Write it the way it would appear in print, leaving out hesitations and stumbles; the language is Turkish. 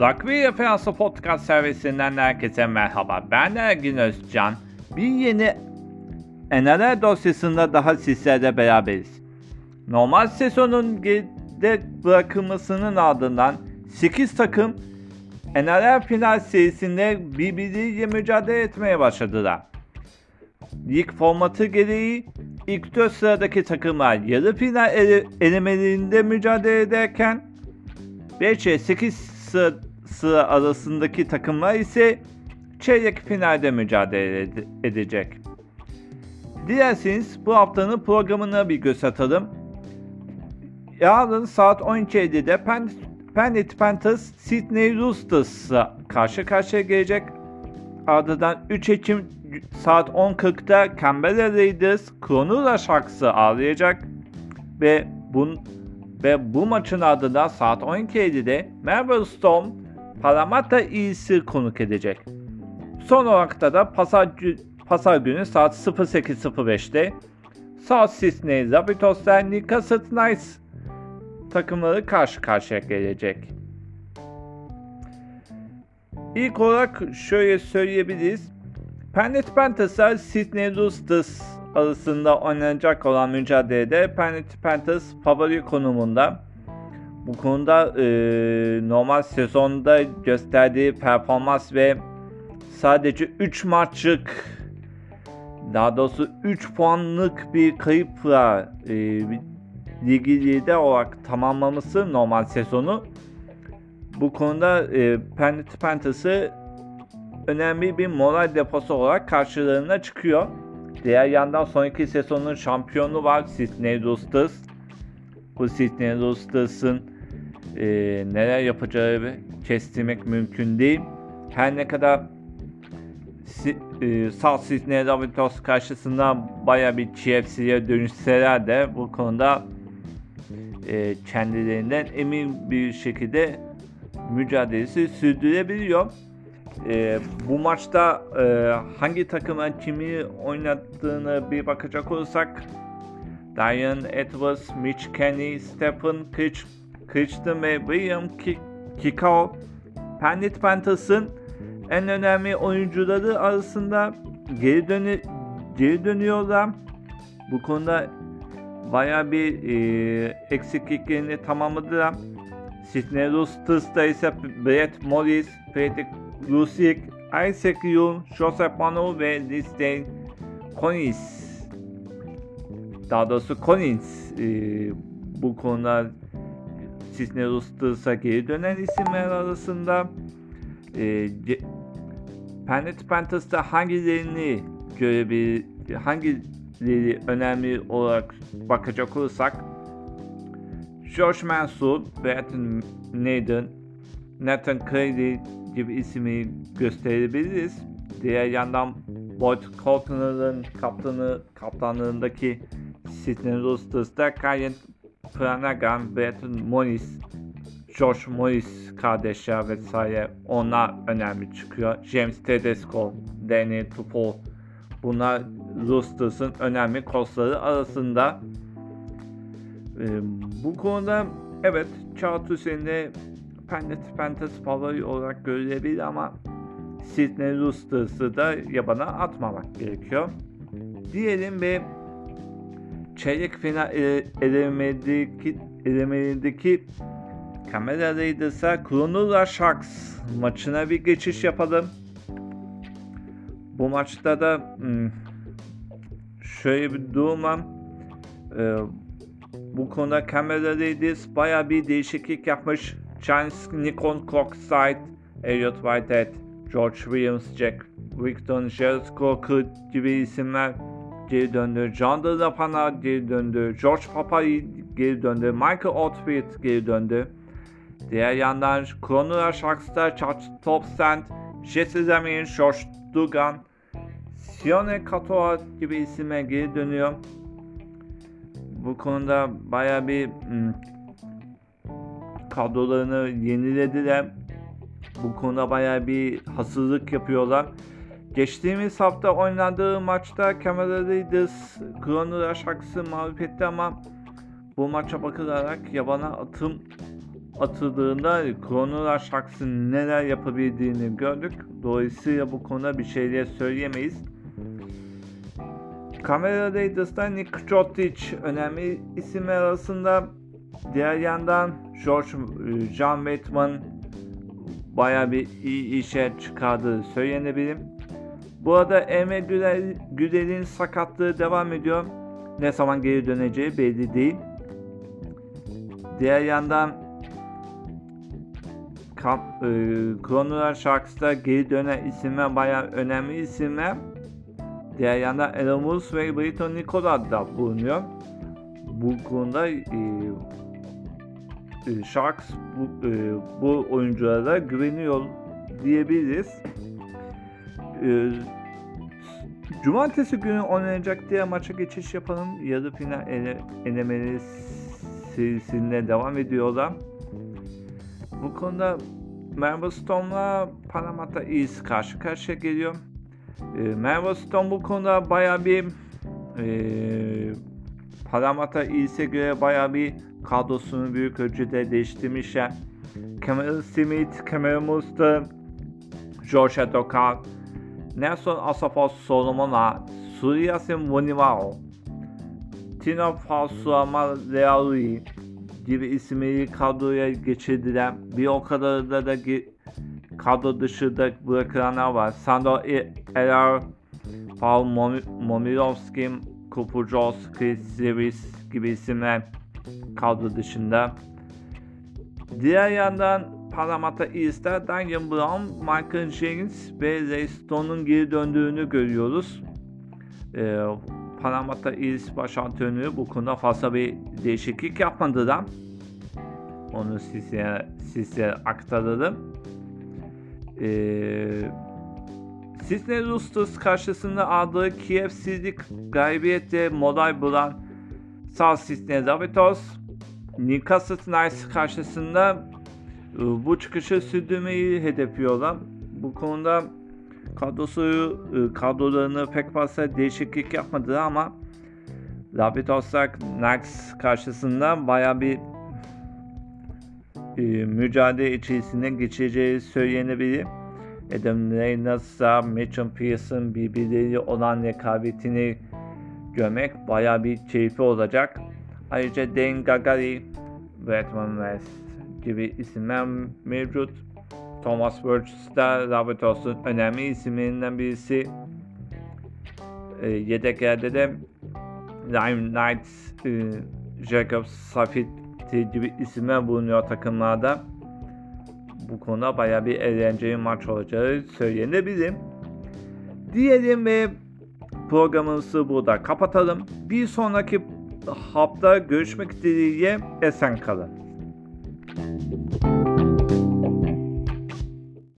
Rugby Referansı Podcast servisinden herkese merhaba. Ben Ergin Özcan. Bir yeni NRL dosyasında daha sizlerle beraberiz. Normal sezonun geride bırakılmasının ardından 8 takım NRL final serisinde birbiriyle mücadele etmeye başladılar. Lig formatı gereği ilk 4 sıradaki takımlar yarı final elemelerinde mücadele ederken 5 ve 8 sıra arasındaki takımlar ise çeyrek finalde mücadele edecek. Dilerseniz bu haftanın programına bir göz atalım. Yarın saat 12.50'de Penrith Panthers Sydney Roosters'la karşı karşıya gelecek. Ardından 3 Ekim saat 10.40'da Canberra Raiders Cronulla Sharks'ı ağırlayacak ve bu maçın ardından saat 12.50'de Melbourne Storm Parramatta Eels'i konuk edecek. Son olarak da Pazar günü saat 08.05'te South Sydney Rabbitohs'la Newcastle Knights takımları karşı karşıya gelecek. İlk olarak şöyle söyleyebiliriz. Penrith Panthers'la Sydney Roosters arasında oynanacak olan mücadelede Penrith Panthers favori konumunda. Bu konuda normal sezonda gösterdiği performans ve sadece 3 maçlık, daha doğrusu 3 puanlık bir kayıpla ligi lider olarak tamamlaması normal sezonu. Bu konuda Penrith Panthers'ı önemli bir moral deposu olarak karşılarına çıkıyor. Diğer yandan sonraki sezonun şampiyonu var Sydney Roosters. Bu Sydney Roosters'ın neler yapacağı kestirmek mümkün değil. Her ne kadar South Sydney Rabbitohs karşısında baya bir TFC'ye dönüşseler de bu konuda kendilerinden emin bir şekilde mücadelesi sürdürebiliyor. Bu maçta hangi takımın kimi oynattığını bir bakacak olursak Dion Edwards, Mitch Kenny, Stephen Crichton ve William Kikau Penrith Panthers'ın en önemli oyuncuları arasında geri dönüyorlar. Bu konuda bayağı bir eksikliklerini tamamladılar. Sydney Roosters'ta ise Brett Morris, Patrick Lucic, Isaac Young, Joseph Manu ve Lisdane Collins bu konuda Sydney Roosters'a geri dönen isimler arasında. Penrith Panthers'ta hangileri önemli olarak bakacak olursak Josh Mansour, Bretton Nathan, Nathan Cleary gibi ismi gösterebiliriz. Diğer yandan Boyd Cotton'ın kaptanlığındaki Sydney Roosters'ta Kyan Flanagan, Bretton Morris, Josh Morris kardeşler vesaire onlar önemli çıkıyor. James Tedesco, Danny Tupou bunlar Roosters'ın önemli koçları arasında. Bu konuda evet kağıt üzerinde Penrith Panthers favori olarak görülebilir ama Sydney Roosters'ı da yabana atmamak gerekiyor. Diyelim ve çeyrek final elemelerindeki Canberra Raiders'a Cronulla Sharks maçına bir geçiş yapalım. Bu maçta da şöyle bir durum var. Bu konuda Canberra Raiders bayağı bir değişiklik yapmış. Chance Nikon Crockside, Elliot Whitehead, George Williams, Jack Wickton, Jared Crocker gibi isimler geri döndü. John Rapana geri döndü. George Papai geri döndü. Michael Oldfield geri döndü. Diğer yandan Cronulla Sharks'ta Charles Topsend, Jesse Zamin, Josh Dugan, Sione Katoa gibi isimler geri dönüyor. Bu konuda bayağı bir kadrolarını yenilediler. Bu konuda bayağı bir hazırlık yapıyorlar. Geçtiğimiz hafta oynadığı maçta Canberra Raiders Cronulla Sharks'ı mağlup etti ama bu maça bakılarak yabana atıldığında Kronolar Sharks'ın neler yapabildiğini gördük. Dolayısıyla bu konuda bir şeyler söyleyemeyiz. Kamen Riders'ta Nick Jotic önemli isimler arasında. Diğer yandan John Waitman bayağı bir iyi işe çıkardığı söylenebilir. Bu arada Emre Güler'in sakatlığı devam ediyor. Ne zaman geri döneceği belli değil. Diğer yandan Kronolar Sharks'ta geri dönen isimler bayağı önemli isimler. Diğer yandan Elamus ve Brito Nicola da bulunuyor. Bu konuda Sharks bu oyunculara güveniyor diyebiliriz. Cumartesi günü oynanacak diğer maça geçiş yapalım. Yarı final elemeleri serisine devam ediyorlar. Bu konuda Melbourne Storm'la Parramatta Eels karşı karşıya geliyor. Melbourne Storm bu konuda bayağı bir Parramatta Eels'e göre bayağı bir kadrosunu büyük ölçüde değiştirmişler. Cameron Smith, Cameron Muster, George Adoka, Nelson Asafos Solomona, Suriyasin Vonivao, Tino Fasuama Lealui gibi isimleri kadroya geçirdiler. Bir o kadar da kadro dışında bırakılanlar var. Sandor Elar, Paul Momirovski, Kupurcos, Chris Lewis gibi isimler kadro dışında. Diğer yandan Parramatta Eels'te Daniel Brown, Michael James ve Ray Stone'un geri döndüğünü görüyoruz. Parramatta Eels baş antrenörü bu konuda fazla bir değişiklik yapmadılar. Onu size aktarırım. Sydney Roosters karşısında aldığı keyifsizlik galibiyetle moral bulan South Sydney Rabbitohs, Newcastle Knights karşısında bu çıkışı sürdürmeyi hedefliyorlar. Bu konuda kadrolarını pek fazla değişiklik yapmadılar ama Rabbitohs'lar Knights karşısında bayağı bir mücadele içerisinde geçeceği söylenebilir. Adam Reynolds'la Mitchell Pearson birbirleriyle olan rekabetini görmek bayağı bir keyifli olacak. Ayrıca Dan Gagari, Bradman West gibi isimler mevcut. Thomas Burgess da Rabbitohs'un önemli isimlerinden birisi. Yedeklerde de Lime Knights, Jacob Safit gibi isimler bulunuyor takımlarda. Bu konuda bayağı bir eğlenceli maç olacağı söylenebilir. Diyelim ve programımızı burada kapatalım. Bir sonraki hafta görüşmek dileğiyle esen kalın.